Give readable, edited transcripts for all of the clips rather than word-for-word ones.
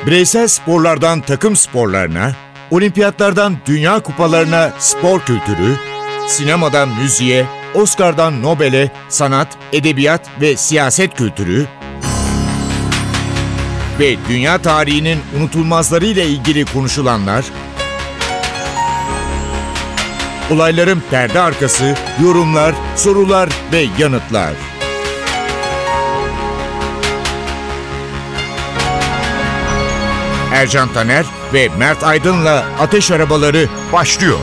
Bireysel sporlardan takım sporlarına, olimpiyatlardan dünya kupalarına spor kültürü, sinemadan müziğe, Oscar'dan Nobel'e sanat, edebiyat ve siyaset kültürü ve dünya tarihinin unutulmazlarıyla ilgili konuşulanlar, olayların perde arkası, yorumlar, sorular ve yanıtlar. Ercan Taner ve Mert Aydın'la Ateş Arabaları başlıyor.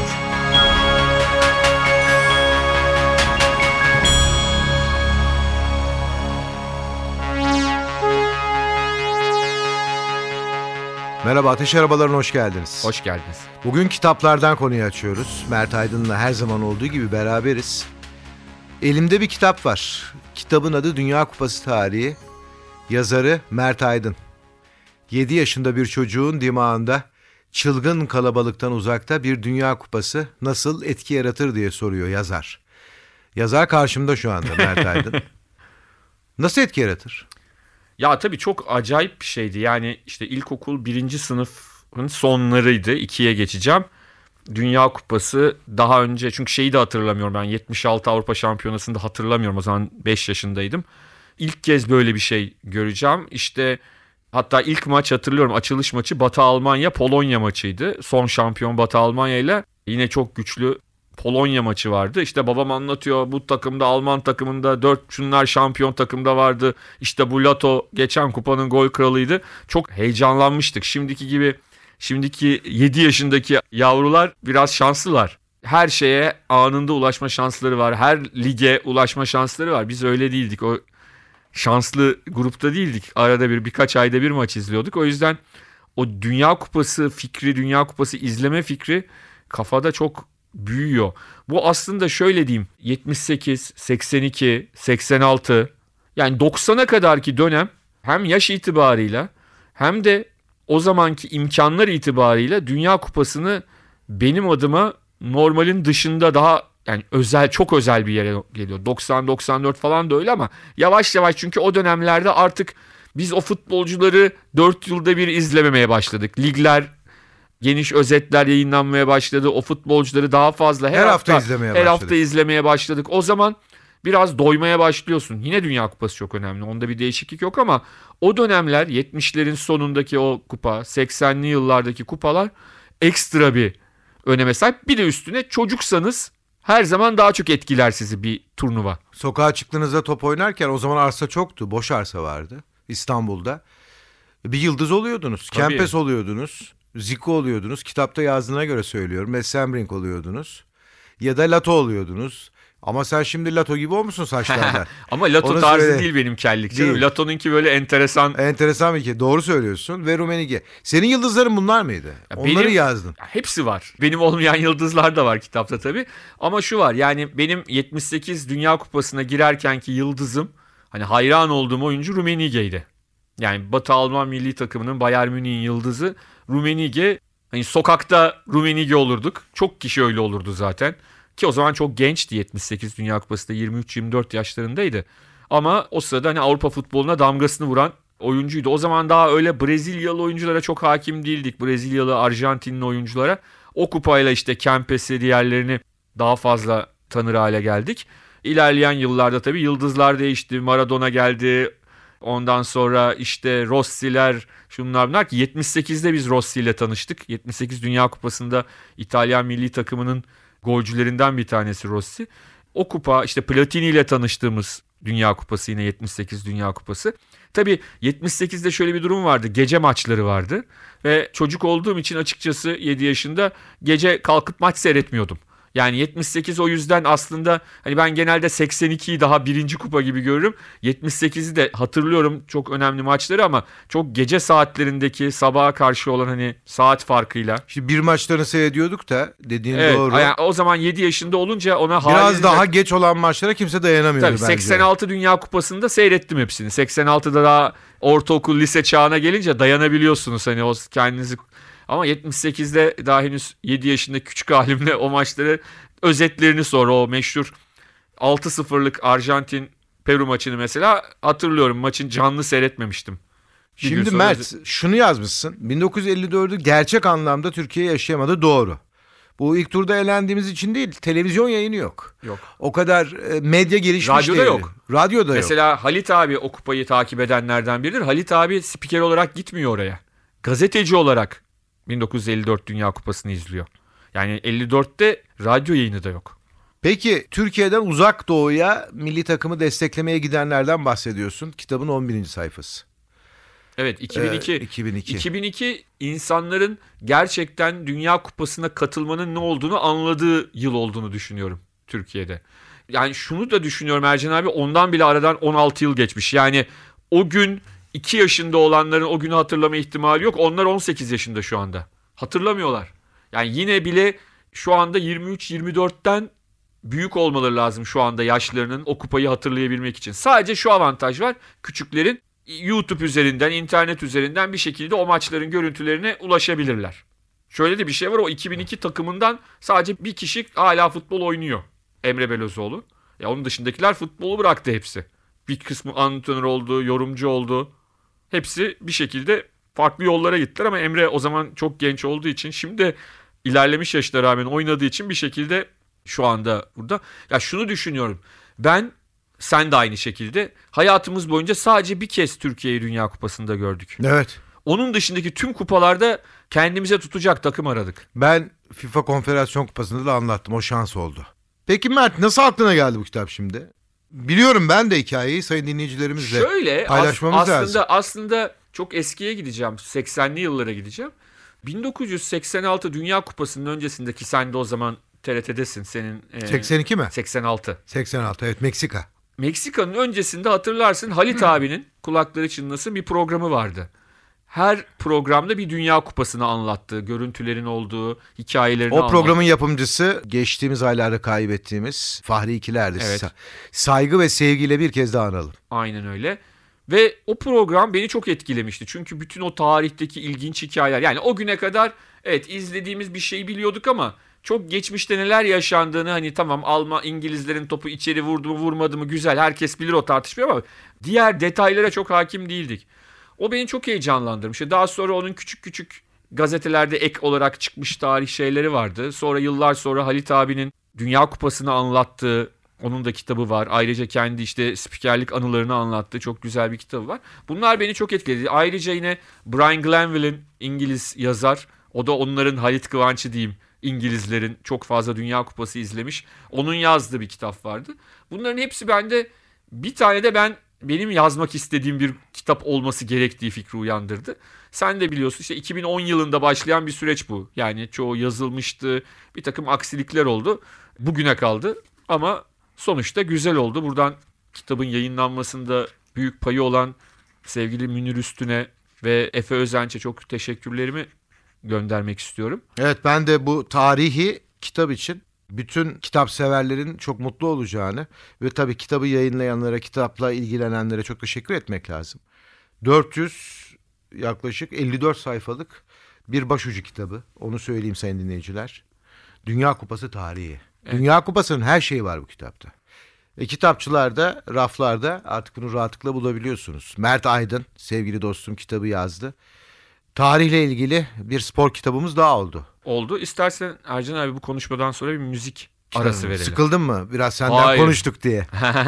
Merhaba, Ateş Arabaları'na hoş geldiniz. Hoş geldiniz. Bugün kitaplardan konuyu açıyoruz. Mert Aydın'la her zaman olduğu gibi beraberiz. Elimde bir kitap var. Kitabın adı Dünya Kupası Tarihi. Yazarı Mert Aydın. 7 yaşında bir çocuğun dimağında çılgın kalabalıktan uzakta bir Dünya Kupası nasıl etki yaratır diye soruyor yazar. Yazar karşımda şu anda Mert Aydın. Nasıl etki yaratır? Ya tabii çok acayip bir şeydi. Yani işte ilkokul 1. sınıfın sonlarıydı. 2'ye geçeceğim. Dünya Kupası daha önce, çünkü şeyi de hatırlamıyorum ben. 76 Avrupa Şampiyonası'nda hatırlamıyorum. O zaman 5 yaşındaydım. İlk kez böyle bir şey göreceğim. İşte hatta ilk maç hatırlıyorum. Açılış maçı Batı Almanya Polonya maçıydı. Son şampiyon Batı Almanya ile yine çok güçlü Polonya maçı vardı. İşte babam anlatıyor, bu takımda, Alman takımında 4 şunlar şampiyon takımda vardı. İşte bu Lato geçen kupanın gol kralıydı. Çok heyecanlanmıştık. Şimdiki 7 yaşındaki yavrular biraz şanslılar. Her şeye anında ulaşma şansları var. Her lige ulaşma şansları var. Biz öyle değildik. O şanslı grupta değildik. Arada birkaç ayda bir maç izliyorduk. O yüzden o Dünya Kupası fikri, Dünya Kupası izleme fikri kafada çok büyüyor. Bu aslında şöyle diyeyim, 78, 82, 86, yani 90'a kadarki dönem hem yaş itibarıyla hem de o zamanki imkanlar itibarıyla Dünya Kupası'nı benim adıma normalin dışında daha, yani özel, çok özel bir yere geliyor. 90-94 falan da öyle ama yavaş yavaş, çünkü o dönemlerde artık biz o futbolcuları 4 yılda bir izlememeye başladık. Ligler, geniş özetler yayınlanmaya başladı. O futbolcuları daha fazla her hafta izlemeye başladık. O zaman biraz doymaya başlıyorsun. Yine Dünya Kupası çok önemli. Onda bir değişiklik yok ama o dönemler, 70'lerin sonundaki o kupa, 80'li yıllardaki kupalar ekstra bir öneme sahip. Bir de üstüne çocuksanız her zaman daha çok etkiler sizi bir turnuva. Sokağa çıktığınızda top oynarken o zaman arsa çoktu. Boş arsa vardı İstanbul'da. Bir yıldız oluyordunuz. Tabii. Kempes oluyordunuz. Zico oluyordunuz. Kitapta yazdığına göre söylüyorum. Messenbrink oluyordunuz. Ya da Lato oluyordunuz. Ama sen şimdi Lato gibi olmuşsun saçlardan. Ama Lato Onu tarzı söyle. değil benim kellik. Değil. Lato'nunki böyle enteresan. Enteresan bir şey. Doğru söylüyorsun. Ve Rummenigge. Senin yıldızların bunlar mıydı? Onları yazdın. Hepsi var. Benim olmayan yıldızlar da var kitapta tabii. Ama şu var, yani benim 78 Dünya Kupası'na girerkenki yıldızım, hani hayran olduğum oyuncu Rummenigge'ydi. Yani Batı Alman milli takımının, Bayern Münih'in yıldızı Rummenigge. Hani sokakta Rummenigge olurduk. Çok kişi öyle olurdu zaten. Ki o zaman çok gençti, 78 Dünya Kupası'nda 23-24 yaşlarındaydı. Ama o sırada hani Avrupa futboluna damgasını vuran oyuncuydu. O zaman daha öyle Brezilyalı oyunculara çok hakim değildik. Brezilyalı, Arjantinli oyunculara. O kupayla işte Kempes'i, diğerlerini daha fazla tanır hale geldik. İlerleyen yıllarda tabii yıldızlar değişti. Maradona geldi. Ondan sonra işte Rossi'ler, şunlar bunlar, ki 78'de biz Rossi ile tanıştık. 78 Dünya Kupası'nda İtalyan milli takımının golcülerinden bir tanesi Rossi. O kupa, işte Platini ile tanıştığımız Dünya Kupası, yine 78 Dünya Kupası. Tabii 78'de şöyle bir durum vardı. Gece maçları vardı. Ve çocuk olduğum için açıkçası 7 yaşında gece kalkıp maç seyretmiyordum. Yani 78 o yüzden aslında hani ben genelde 82'yi daha birinci kupa gibi görürüm. 78'i de hatırlıyorum, çok önemli maçları, ama çok gece saatlerindeki sabaha karşı olan hani saat farkıyla. Şimdi bir maçlarını seyrediyorduk da dediğin Evet, doğru. yani o zaman 7 yaşında olunca ona biraz daha geç olan maçlara kimse dayanamıyordu tabii, bence. 86 Dünya Kupası'nda seyrettim hepsini. 86'da daha ortaokul, lise çağına gelince dayanabiliyorsunuz hani o kendinizi. Ama 78'de daha henüz 7 yaşında küçük halimle o maçları, özetlerini, sonra o meşhur 6-0'lık Arjantin Peru maçını mesela hatırlıyorum. Maçın canlı seyretmemiştim. gün Şimdi sonra- Mert şunu yazmışsın. 1954'ü gerçek anlamda Türkiye yaşayamadı, doğru. Bu ilk turda elendiğimiz için değil, televizyon yayını yok. Yok. O kadar medya gelişmiş Radyoda değil. yok. Radyoda yok. Mesela Halit abi o kupayı takip edenlerden biridir. Halit abi spiker olarak gitmiyor oraya. Gazeteci olarak 1954 Dünya Kupası'nı izliyor. Yani 54'te radyo yayını da yok. Peki Türkiye'den uzak doğuya milli takımı desteklemeye gidenlerden bahsediyorsun. Kitabın 11. sayfası. Evet 2002. 2002. 2002 insanların gerçekten Dünya Kupası'na katılmanın ne olduğunu anladığı yıl olduğunu düşünüyorum Türkiye'de. Yani şunu da düşünüyorum Ercan abi, ondan bile aradan 16 yıl geçmiş. Yani o gün 2 yaşında olanların o günü hatırlama ihtimali yok. Onlar 18 yaşında şu anda. Hatırlamıyorlar. Yani yine bile şu anda 23-24'ten büyük olmaları lazım şu anda yaşlarının o kupayı hatırlayabilmek için. Sadece şu avantaj var. Küçüklerin YouTube üzerinden, internet üzerinden bir şekilde o maçların görüntülerine ulaşabilirler. Şöyle de bir şey var. O 2002 takımından sadece bir kişi hala futbol oynuyor. Emre Belözoğlu. Ya onun dışındakiler futbolu bıraktı hepsi. Bir kısmı antrenör oldu, yorumcu oldu. Hepsi bir şekilde farklı yollara gittiler ama Emre o zaman çok genç olduğu için, şimdi ilerlemiş yaşına rağmen oynadığı için bir şekilde şu anda burada. Ya şunu düşünüyorum. Sen de aynı şekilde hayatımız boyunca sadece bir kez Türkiye'yi Dünya Kupası'nda gördük. Evet. Onun dışındaki tüm kupalarda kendimize tutacak takım aradık. Ben FIFA Konfederasyon Kupası'nda da anlattım. O şans oldu. Peki Mert, nasıl aklına geldi bu kitap şimdi? Biliyorum ben de hikayeyi sayın dinleyicilerimizle Şöyle paylaşmamız lazım. aslında çok eskiye gideceğim. 80'li yıllara gideceğim. 1986 Dünya Kupası'nın öncesindeki, sen de o zaman TRT'desin senin. 82 mi? 86. 86, evet, Meksika. Meksika'nın öncesinde hatırlarsın Halit abinin kulakları çınlasın bir programı vardı. Her programda bir Dünya Kupası'nı anlattığı, görüntülerin olduğu, hikayelerini O programın yapımcısı geçtiğimiz aylarda kaybettiğimiz Fahri İkiler'di. Evet. Saygı ve sevgiyle bir kez daha analım. Aynen öyle. Ve o program beni çok etkilemişti. Çünkü bütün o tarihteki ilginç hikayeler. Yani o güne kadar evet izlediğimiz bir şeyi biliyorduk ama çok geçmişte neler yaşandığını, hani tamam İngilizlerin topu içeri vurdu mu vurmadı mı güzel, herkes bilir o tartışmayı ama diğer detaylara çok hakim değildik. O beni çok heyecanlandırmıştı. Daha sonra onun küçük küçük gazetelerde ek olarak çıkmış tarih şeyleri vardı. Sonra yıllar sonra Halit abinin Dünya Kupası'nı anlattığı, onun da kitabı var. Ayrıca kendi işte spikerlik anılarını anlattığı çok güzel bir kitabı var. Bunlar beni çok etkiledi. Ayrıca yine Brian Glanville'in, İngiliz yazar, o da onların Halit Kıvanç'ı diyeyim, İngilizlerin çok fazla Dünya Kupası izlemiş. Onun yazdığı bir kitap vardı. Bunların hepsi bende, bir tane de benim yazmak istediğim bir kitap olması gerektiği fikri uyandırdı. Sen de biliyorsun işte 2010 yılında başlayan bir süreç bu. Yani çoğu yazılmıştı. Bir takım aksilikler oldu. Bugüne kaldı ama sonuçta güzel oldu. Buradan kitabın yayınlanmasında büyük payı olan sevgili Münir Üstün'e ve Efe Özenç'e çok teşekkürlerimi göndermek istiyorum. Evet, ben de bu tarihi kitap için bütün kitap severlerin çok mutlu olacağını ve tabii kitabı yayınlayanlara, kitapla ilgilenenlere çok teşekkür etmek lazım. 400 yaklaşık 54 sayfalık bir başucu kitabı. Onu söyleyeyim sayın dinleyiciler. Dünya Kupası tarihi. Evet. Dünya Kupası'nın her şeyi var bu kitapta. Kitapçılarda, raflarda artık bunu rahatlıkla bulabiliyorsunuz. Mert Aydın, sevgili dostum, kitabı yazdı. Tarihle ilgili bir spor kitabımız daha oldu. İstersen Ercan abi bu konuşmadan sonra bir müzik arası verelim. Sıkıldın mı? Biraz senden Hayır. konuştuk diye.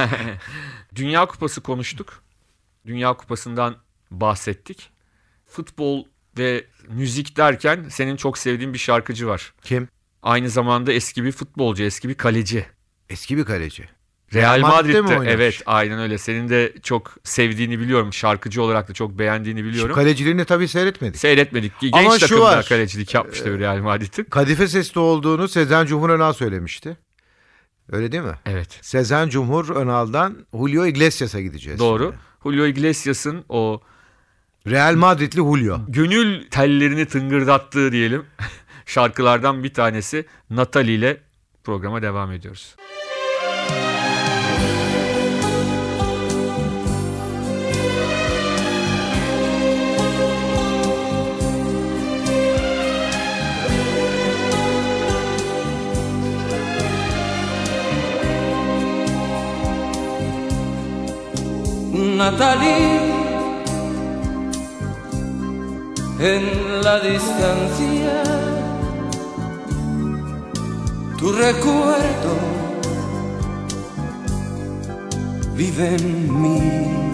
Dünya Kupası konuştuk. Dünya Kupası'ndan bahsettik. Futbol ve müzik derken senin çok sevdiğin bir şarkıcı var. Kim? Aynı zamanda eski bir futbolcu, eski bir kaleci. Eski bir kaleci. Real Madrid'de mi oynamış? Evet, aynen öyle. Senin de çok sevdiğini biliyorum. Şarkıcı olarak da çok beğendiğini biliyorum. Şu kaleciliğini tabii seyretmedik. Seyretmedik. Ama Genç şu takımda var. kalecilik yapmıştı Real Madrid'in. Kadife sesli olduğunu Sezen Cumhur Önal söylemişti. Öyle değil mi? Evet. Sezen Cumhur Önal'dan Julio Iglesias'a gideceğiz. Doğru. Şimdi. Julio Iglesias'ın o Real Madridli Julio. gönül tellerini tıngırdattığı diyelim şarkılardan bir tanesi Natalie ile programa devam ediyoruz. Natalie, en la distancia, tu recuerdo vive en mí.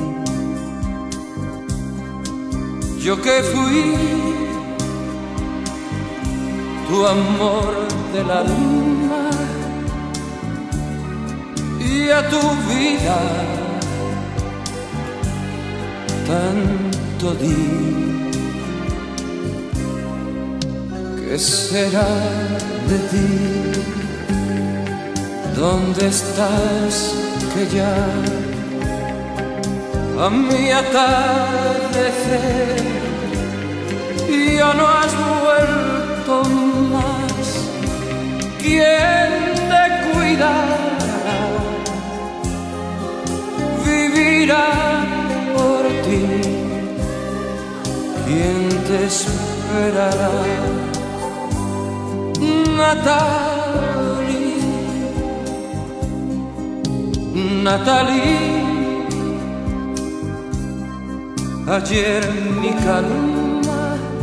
Yo que fui tu amor del alma y a tu vida tanto di. ¿Qué será de ti? ¿Dónde estás que ya a mi atardecer ya no has vuelto más? ¿Quién te cuidará? Vivirá por ti. ¿Quién te esperará? Natalie, Natalie, ayer mi calma,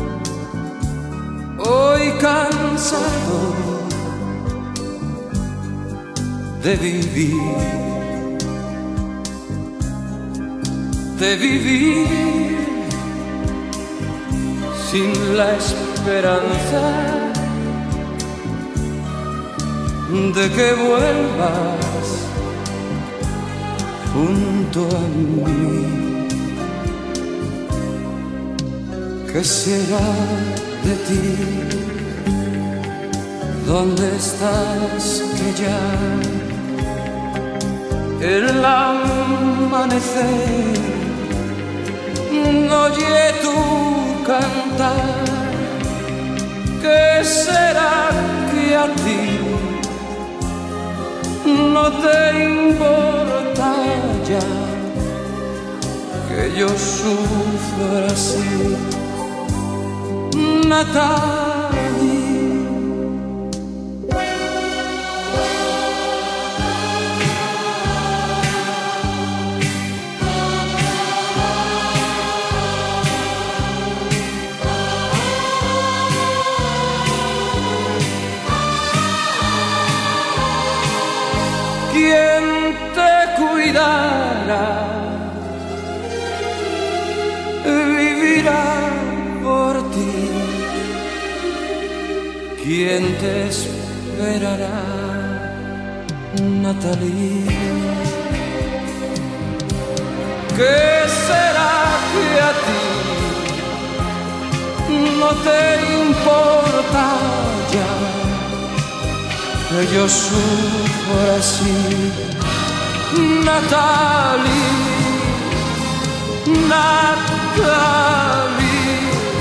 hoy cansado de vivir sin la esperanza de que vuelvas junto a mí. ¿Qué será de ti? ¿Dónde estás que ya el amanecer no oye tu cantar? ¿Qué será que a ti no te importa ya que yo sufra así? Natalie, ¿quién te cuidará? Vivirá por ti. ¿Quién te esperará, Natalie? ¿Qué será que a ti no te importa ya que yo sufra así? Natalie, Natalie,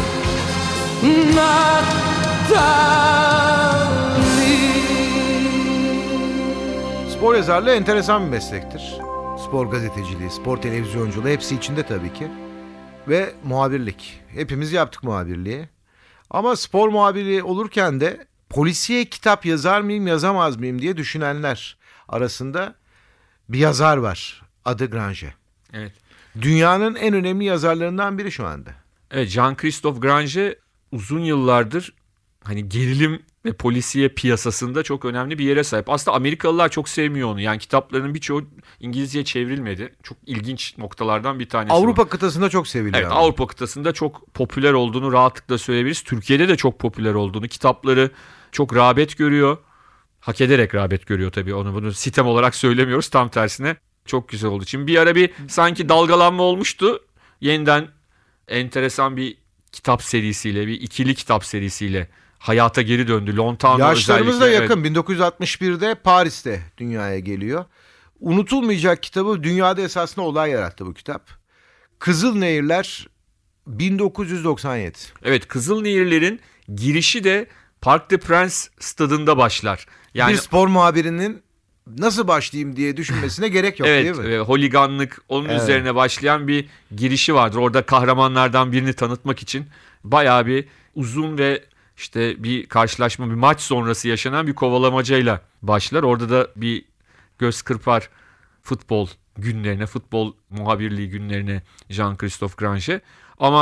Natalie. Spor yazarlığı enteresan bir meslektir. Spor gazeteciliği, spor televizyonculuğu hepsi içinde tabii ki. Ve muhabirlik. Hepimiz yaptık muhabirliği. Ama spor muhabiri olurken de polisiye kitap yazar mıyım yazamaz mıyım diye düşünenler arasında bir yazar var. Adı Grange. Evet. Dünyanın en önemli yazarlarından biri şu anda. Evet, Jean-Christophe Grange uzun yıllardır hani gerilim ve polisiye piyasasında çok önemli bir yere sahip. Aslında Amerikalılar çok sevmiyor onu. Yani kitaplarının birçoğu İngilizceye çevrilmedi. Çok ilginç noktalardan bir tanesi. Avrupa kıtasında çok seviliyor. Evet, Avrupa kıtasında çok popüler olduğunu rahatlıkla söyleyebiliriz. Türkiye'de de çok popüler olduğunu, kitapları çok rağbet görüyor. Hak ederek rağbet görüyor tabii. Bunu sitem olarak söylemiyoruz, tam tersine. Çok güzel olduğu için. Bir ara bir sanki dalgalanma olmuştu. Yeniden enteresan bir kitap serisiyle, bir ikili kitap serisiyle hayata geri döndü. Lontano yaşlarımız da özellikle. yakın. Evet. 1961'de Paris'te dünyaya geliyor. Unutulmayacak kitabı, dünyada esasında olay yarattı bu kitap. Kızılnehirler 1997. Evet, Kızılnehirlerin girişi de Parc des Princes stadında başlar. Yani Bir spor muhabirinin nasıl başlayayım diye düşünmesine gerek yok, evet, değil mi? holiganlık onun Evet. üzerine başlayan bir girişi vardır. Orada kahramanlardan birini tanıtmak için bayağı bir uzun ve işte bir karşılaşma, bir maç sonrası yaşanan bir kovalamacayla başlar. Orada da bir göz kırpar futbol günlerine, futbol muhabirliği günlerine Jean-Christophe Grange. Ama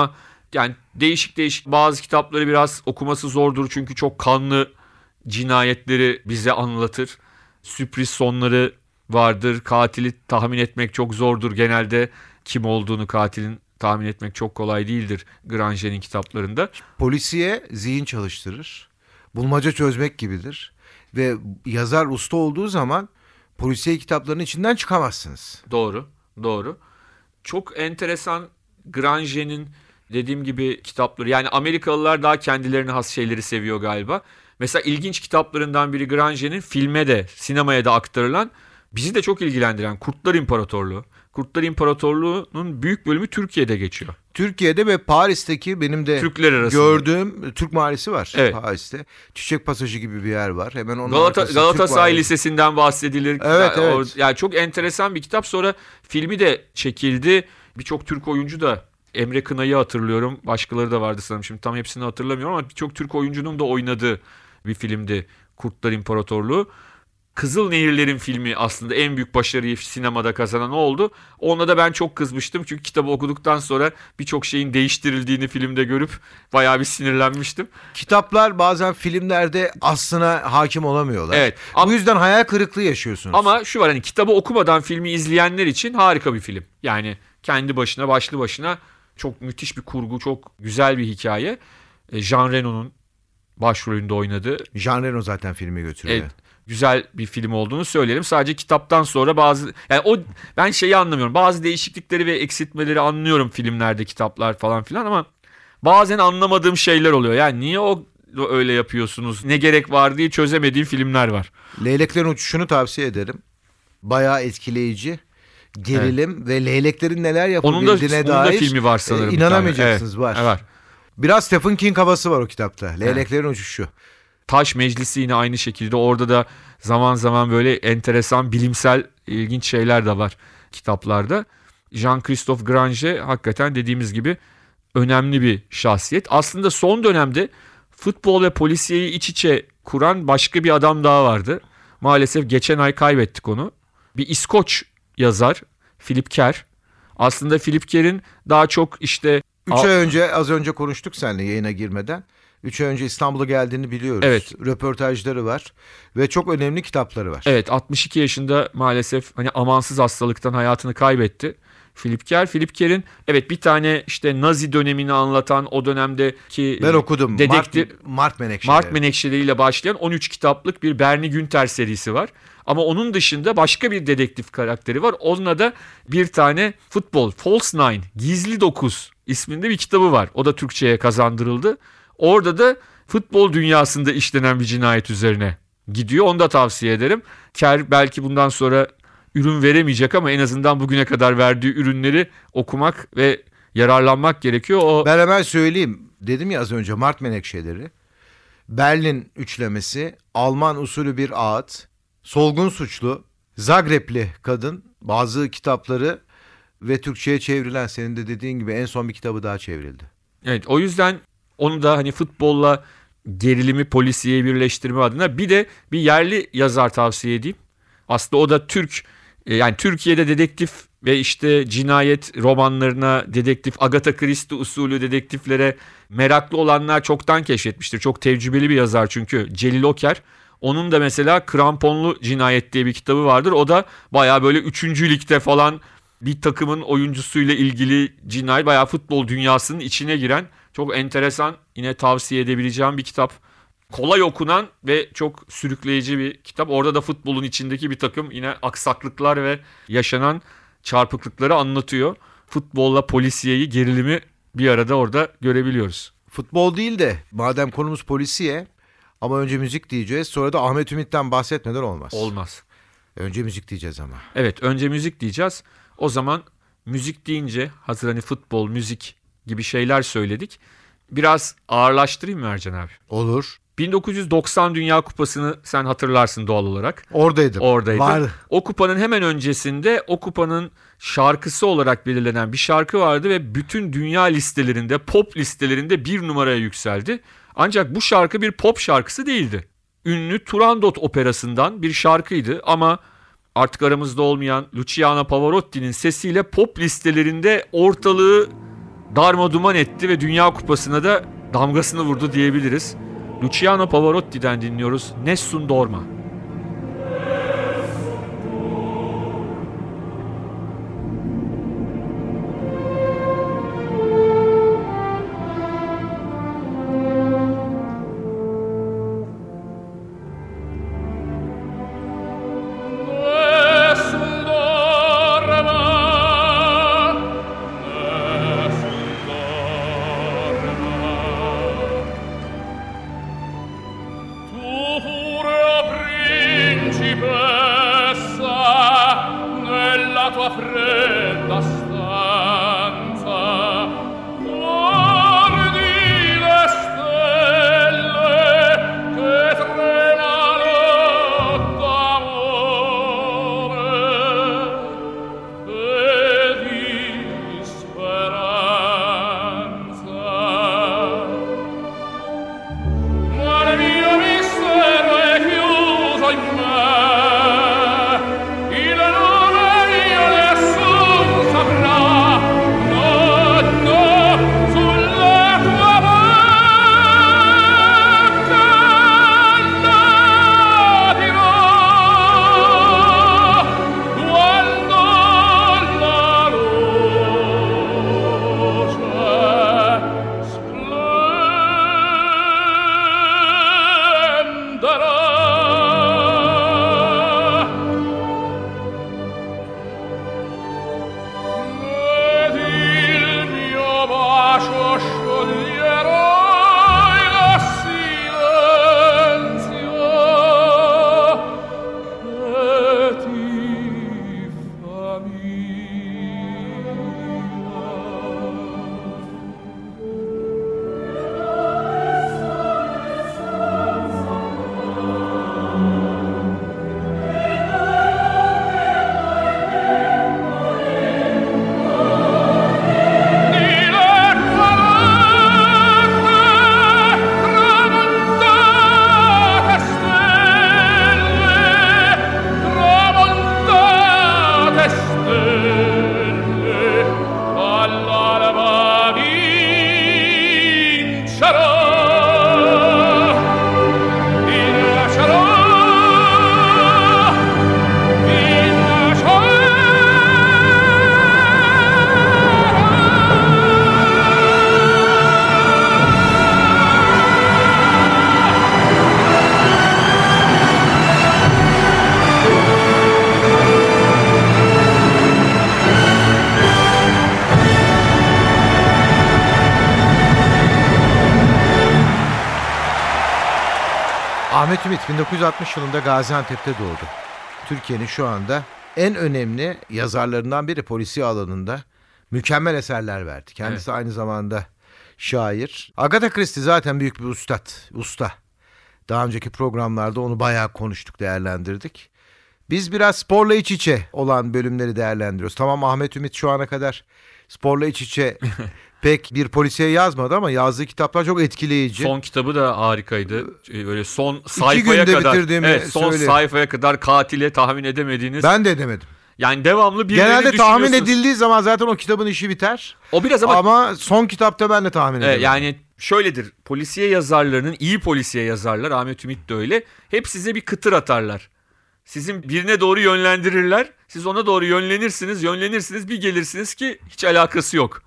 Yani değişik bazı kitapları biraz okuması zordur çünkü çok kanlı cinayetleri bize anlatır. Sürpriz sonları vardır. Katili tahmin etmek çok zordur. Genelde kim olduğunu katilin tahmin etmek çok kolay değildir Granger'in kitaplarında. Polisiye zihin çalıştırır. Bulmaca çözmek gibidir. Ve yazar usta olduğu zaman polisiye kitaplarının içinden çıkamazsınız. Doğru. Çok enteresan Granger'in dediğim gibi kitapları. Yani Amerikalılar daha kendilerine has şeyleri seviyor galiba. Mesela ilginç kitaplarından biri Granger'in filme de sinemaya da aktarılan, bizi de çok ilgilendiren Kurtlar İmparatorluğu. Kurtlar İmparatorluğu'nun büyük bölümü Türkiye'de geçiyor. Türkiye'de ve Paris'teki benim de Türkler arasında gördüğüm Türk mahallesi var, evet. Paris'te. Çiçek Pasajı gibi bir yer var. Hemen onun Galatasaray Lisesi'nden bahsedilir. Evet. Yani çok enteresan bir kitap. Sonra filmi de çekildi. Birçok Türk oyuncu da, Emre Kınay'ı hatırlıyorum. Başkaları da vardı sanırım. Şimdi tam hepsini hatırlamıyorum ama birçok Türk oyuncunun da oynadığı bir filmdi Kurtlar İmparatorluğu. Kızılnehirlerin filmi aslında en büyük başarıyı sinemada kazanan oldu. Ona da ben çok kızmıştım. Çünkü kitabı okuduktan sonra birçok şeyin değiştirildiğini filmde görüp bayağı bir sinirlenmiştim. Kitaplar bazen filmlerde aslına hakim olamıyorlar. Evet. Bu yüzden hayal kırıklığı yaşıyorsunuz. Ama şu var, hani kitabı okumadan filmi izleyenler için harika bir film. Yani kendi başına, başlı başına çok müthiş bir kurgu, çok güzel bir hikaye. Jean Reno'nun başrolünde oynadığı. Jean Reno zaten filmi götürüyor. Evet, güzel bir film olduğunu söyleyelim. Sadece kitaptan sonra ben şeyi anlamıyorum. Bazı değişiklikleri ve eksiltmeleri anlıyorum filmlerde, kitaplar falan filan, ama bazen anlamadığım şeyler oluyor. Yani niye öyle yapıyorsunuz? Ne gerek var diye çözemediğim filmler var. Leyleklerin Uçuşu'nu tavsiye ederim. Bayağı etkileyici. Gerilim ve leyleklerin neler yapabildiğine dair onun da filmi var sanırım. İnanamayacaksınız, Evet, var. Evet. Biraz Stephen King havası var o kitapta. Leyleklerin Uçuşu. Taş Meclisi yine aynı şekilde. Orada da zaman zaman böyle enteresan, bilimsel, ilginç şeyler de var kitaplarda. Jean-Christophe Granger hakikaten dediğimiz gibi önemli bir şahsiyet. Aslında son dönemde futbol ve polisiyeyi iç içe kuran başka bir adam daha vardı. Maalesef geçen ay kaybettik onu. Bir İskoç yazar, Philip Kerr. Aslında Philip Kerr'in daha çok işte... 3 ay önce, az önce konuştuk seninle yayına girmeden. 3 ay önce İstanbul'a geldiğini biliyoruz. Evet. Röportajları var ve çok önemli kitapları var. Evet, 62 yaşında maalesef hani amansız hastalıktan hayatını kaybetti Philip Kerr. Philip Kerr'in bir tane işte Nazi dönemini anlatan, o dönemdeki ben okudum. dedektif Mart Menekşeleri. Mart Menekşeleri ile başlayan 13 kitaplık bir Bernie Günther serisi var. Ama onun dışında başka bir dedektif karakteri var. Onunla da bir tane futbol, False Nine, Gizli 9 isminde bir kitabı var. O da Türkçe'ye kazandırıldı. Orada da futbol dünyasında işlenen bir cinayet üzerine gidiyor. Onu da tavsiye ederim. Kerr belki bundan sonra ürün veremeyecek ama en azından bugüne kadar verdiği ürünleri okumak ve yararlanmak gerekiyor. Ben hemen söyleyeyim. Dedim ya az önce, Mart Menekşeleri, Berlin üçlemesi, Alman usulü bir ağıt, solgun suçlu, Zagrebli kadın, bazı kitapları ve Türkçe'ye çevrilen, senin de dediğin gibi en son bir kitabı daha çevrildi. Evet, o yüzden onu da hani futbolla gerilimi, polisiyeyi birleştirme adına bir yerli yazar tavsiye edeyim. Aslında o da Türk, yani Türkiye'de dedektif ve işte cinayet romanlarına, dedektif Agatha Christie usulü dedektiflere meraklı olanlar çoktan keşfetmiştir. Çok tecrübeli bir yazar çünkü, Celil Oker. Onun da mesela Kramponlu Cinayet diye bir kitabı vardır. O da bayağı böyle 3. ligde falan bir takımın oyuncusuyla ilgili cinayet, bayağı futbol dünyasının içine giren çok enteresan, yine tavsiye edebileceğim bir kitap. Kolay okunan ve çok sürükleyici bir kitap. Orada da futbolun içindeki bir takım yine aksaklıklar ve yaşanan çarpıklıkları anlatıyor. Futbolla polisiyeyi, gerilimi bir arada orada görebiliyoruz. Futbol değil de madem konumuz polisiye, ama önce müzik diyeceğiz. Sonra da Ahmet Ümit'ten bahsetmeden olmaz. Olmaz. Önce müzik diyeceğiz ama. Evet, önce müzik diyeceğiz. O zaman müzik deyince hazır hani futbol, müzik gibi şeyler söyledik. Biraz ağırlaştırayım mı Ercan abi? Olur. 1990 Dünya Kupası'nı sen hatırlarsın doğal olarak. Oradaydın. Vardı. O kupanın hemen öncesinde o kupanın şarkısı olarak belirlenen bir şarkı vardı ve bütün dünya listelerinde, pop listelerinde 1 numaraya yükseldi. Ancak bu şarkı bir pop şarkısı değildi. Ünlü Turandot operasından bir şarkıydı ama artık aramızda olmayan Luciano Pavarotti'nin sesiyle pop listelerinde ortalığı darmaduman etti ve Dünya Kupası'na da damgasını vurdu diyebiliriz. Luciano Pavarotti'den dinliyoruz. Nessun Dorma. Ahmet Ümit 1960 yılında Gaziantep'te doğdu. Türkiye'nin şu anda en önemli yazarlarından biri polisiye alanında mükemmel eserler verdi. Kendisi aynı zamanda şair. Agatha Christie zaten büyük bir usta. Daha önceki programlarda onu bayağı konuştuk, değerlendirdik. Biz biraz sporla iç içe olan bölümleri değerlendiriyoruz. Tamam, Ahmet Ümit şu ana kadar sporla iç içe pek bir polisiye yazmadı ama yazdığı kitaplar çok etkileyici. Son kitabı da harikaydı. Böyle son 2 sayfaya günde kadar. bitirdiğimi Evet, son söyleyeyim. sayfaya kadar katile tahmin edemediğiniz. Ben de edemedim. Yani devamlı birilerini Genelde tahmin düşünüyorsunuz. edildiği zaman zaten o kitabın işi biter. O biraz Ama son kitapta ben de tahmin edemedim. yani şöyledir. Polisiye yazarlarının, iyi polisiye yazarlar, Ahmet Ümit de öyle. Hep size bir kıtır atarlar. Sizin birine doğru yönlendirirler. Siz ona doğru yönlenirsiniz. Bir gelirsiniz ki hiç alakası yok.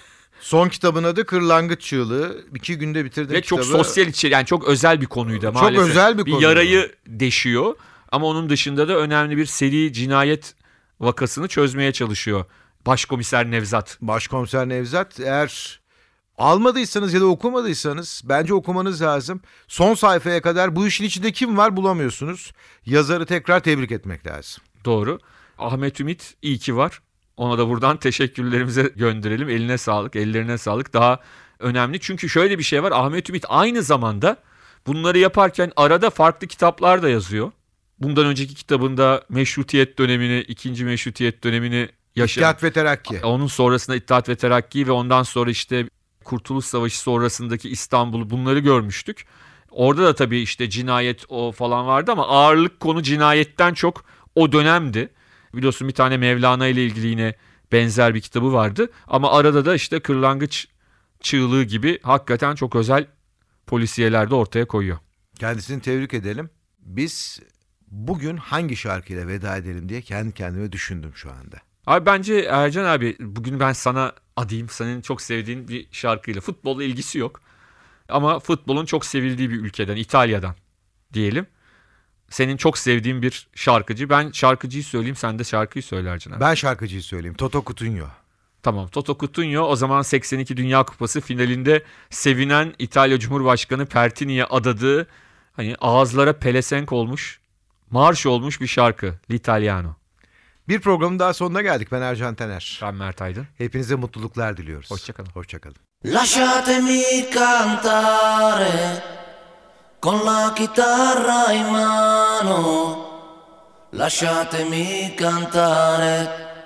Son kitabın adı Kırlangıç Çığlığı. 2 günde bitirdim Ve kitabı. çok sosyal içeri, yani çok özel bir konuydu Çok maalesef. özel bir konu. yarayı deşiyor ama onun dışında da önemli bir seri cinayet vakasını çözmeye çalışıyor Başkomiser Nevzat. Başkomiser Nevzat, eğer almadıysanız ya da okumadıysanız bence okumanız lazım. Son sayfaya kadar bu işin içinde kim var bulamıyorsunuz. Yazarı tekrar tebrik etmek lazım. Doğru. Ahmet Ümit iyi ki var. Ona da buradan teşekkürlerimize gönderelim. Eline sağlık, ellerine sağlık. Daha önemli. Çünkü şöyle bir şey var. Ahmet Ümit aynı zamanda bunları yaparken arada farklı kitaplar da yazıyor. Bundan önceki kitabında Meşrutiyet dönemini, 2. Meşrutiyet dönemini yaşadı. İttihat ve Terakki. Onun sonrasında İttihat ve Terakki ve ondan sonra işte Kurtuluş Savaşı sonrasındaki İstanbul'u, bunları görmüştük. Orada da tabii işte cinayet o falan vardı ama ağırlık konu cinayetten çok o dönemdi. Biliyorsun bir tane Mevlana ile ilgili yine benzer bir kitabı vardı. Ama arada da işte Kırlangıç Çığlığı gibi hakikaten çok özel polisiyeler de ortaya koyuyor. Kendisini tebrik edelim. Biz bugün hangi şarkıyla veda edelim diye kendi kendime düşündüm şu anda. Abi bence Ercan abi bugün ben sana adayım, senin çok sevdiğin bir şarkıyla. Futbolla ilgisi yok. Ama futbolun çok sevildiği bir ülkeden, İtalya'dan diyelim. Senin çok sevdiğin bir şarkıcı. Ben şarkıcıyı söyleyeyim, sen de şarkıyı söyle Ercan abi. Ben şarkıcıyı söyleyeyim. Toto Cutugno. Tamam, Toto Cutugno o zaman 82 Dünya Kupası finalinde sevinen İtalya Cumhurbaşkanı Pertini'ye adadığı, hani ağızlara pelesenk olmuş, marş olmuş bir şarkı. L'Italiano. Bir programın daha sonuna geldik. Ben Ercan Taner. Ben Mert Aydın. Hepinize mutluluklar diliyoruz. Hoşçakalın. Hoşçakalın. Lasciatemi cantare con la chitarra in mano, lasciatemi cantare,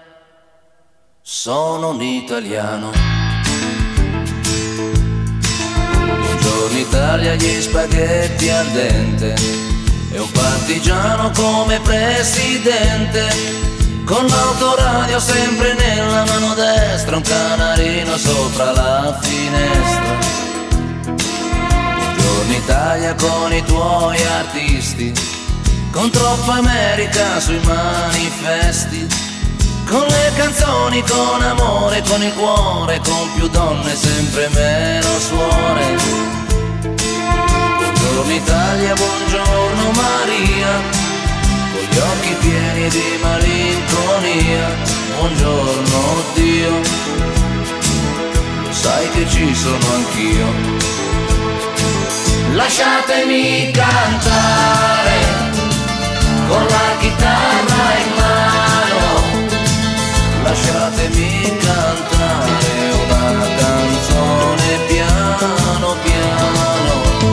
sono un italiano. Buongiorno Italia, gli spaghetti al dente e un partigiano come presidente, con l'autoradio sempre nella mano destra, un canarino sopra la finestra. Buongiorno Italia con i tuoi artisti, con troppa America sui manifesti, con le canzoni, con amore, con il cuore, con più donne, sempre meno suore. Buongiorno Italia, buongiorno Maria, con gli occhi pieni di malinconia. Buongiorno Dio, lo sai che ci sono anch'io. Lasciatemi cantare con la chitarra in mano, lasciatemi cantare una canzone piano piano.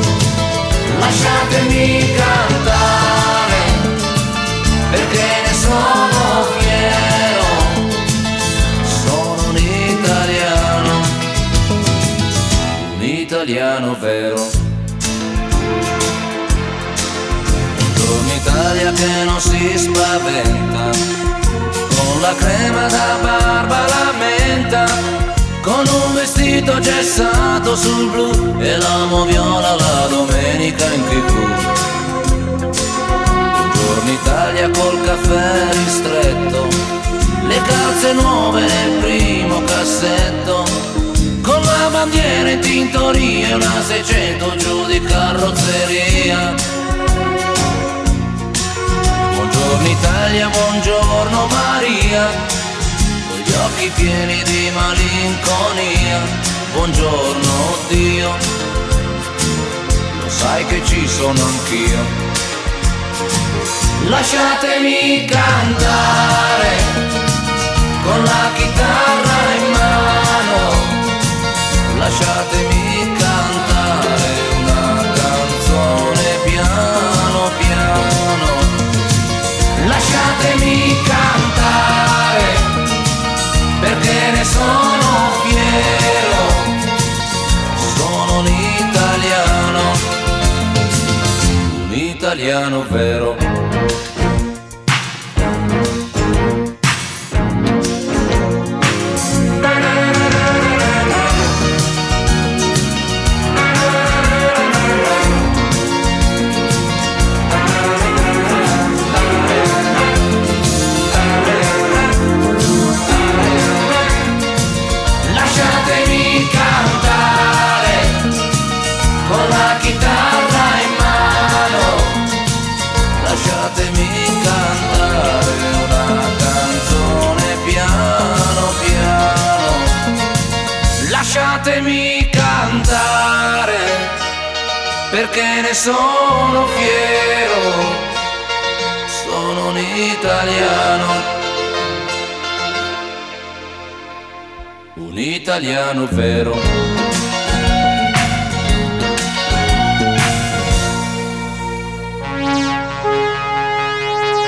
Lasciatemi cantare perché ne sono fiero, sono un italiano vero. Buongiorno Italia che non si spaventa, con la crema da barba la menta, con un vestito gessato sul blu e l'amo viola la domenica in TV. Buongiorno Italia col caffè ristretto, le calze nuove nel primo cassetto, con la bandiera in tintoria e una 600 giù di carrozzeria. Buongiorno Italia, buongiorno Maria, con gli occhi pieni di malinconia. Buongiorno Dio, lo sai che ci sono anch'io. Lasciatemi cantare con la chitarra in mano, lasciatemi cantare una canzone piano piano. Lasciatemi cantare perché ne sono fiero, sono un italiano vero. Lasciatemi cantare con la chitarra in mano, lasciatemi cantare una canzone piano piano. Lasciatemi cantare perché ne sono fiero, sono un italiano vero.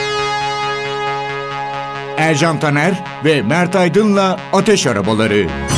Ercan Taner ve Mert Aydın'la Ateş Arabaları.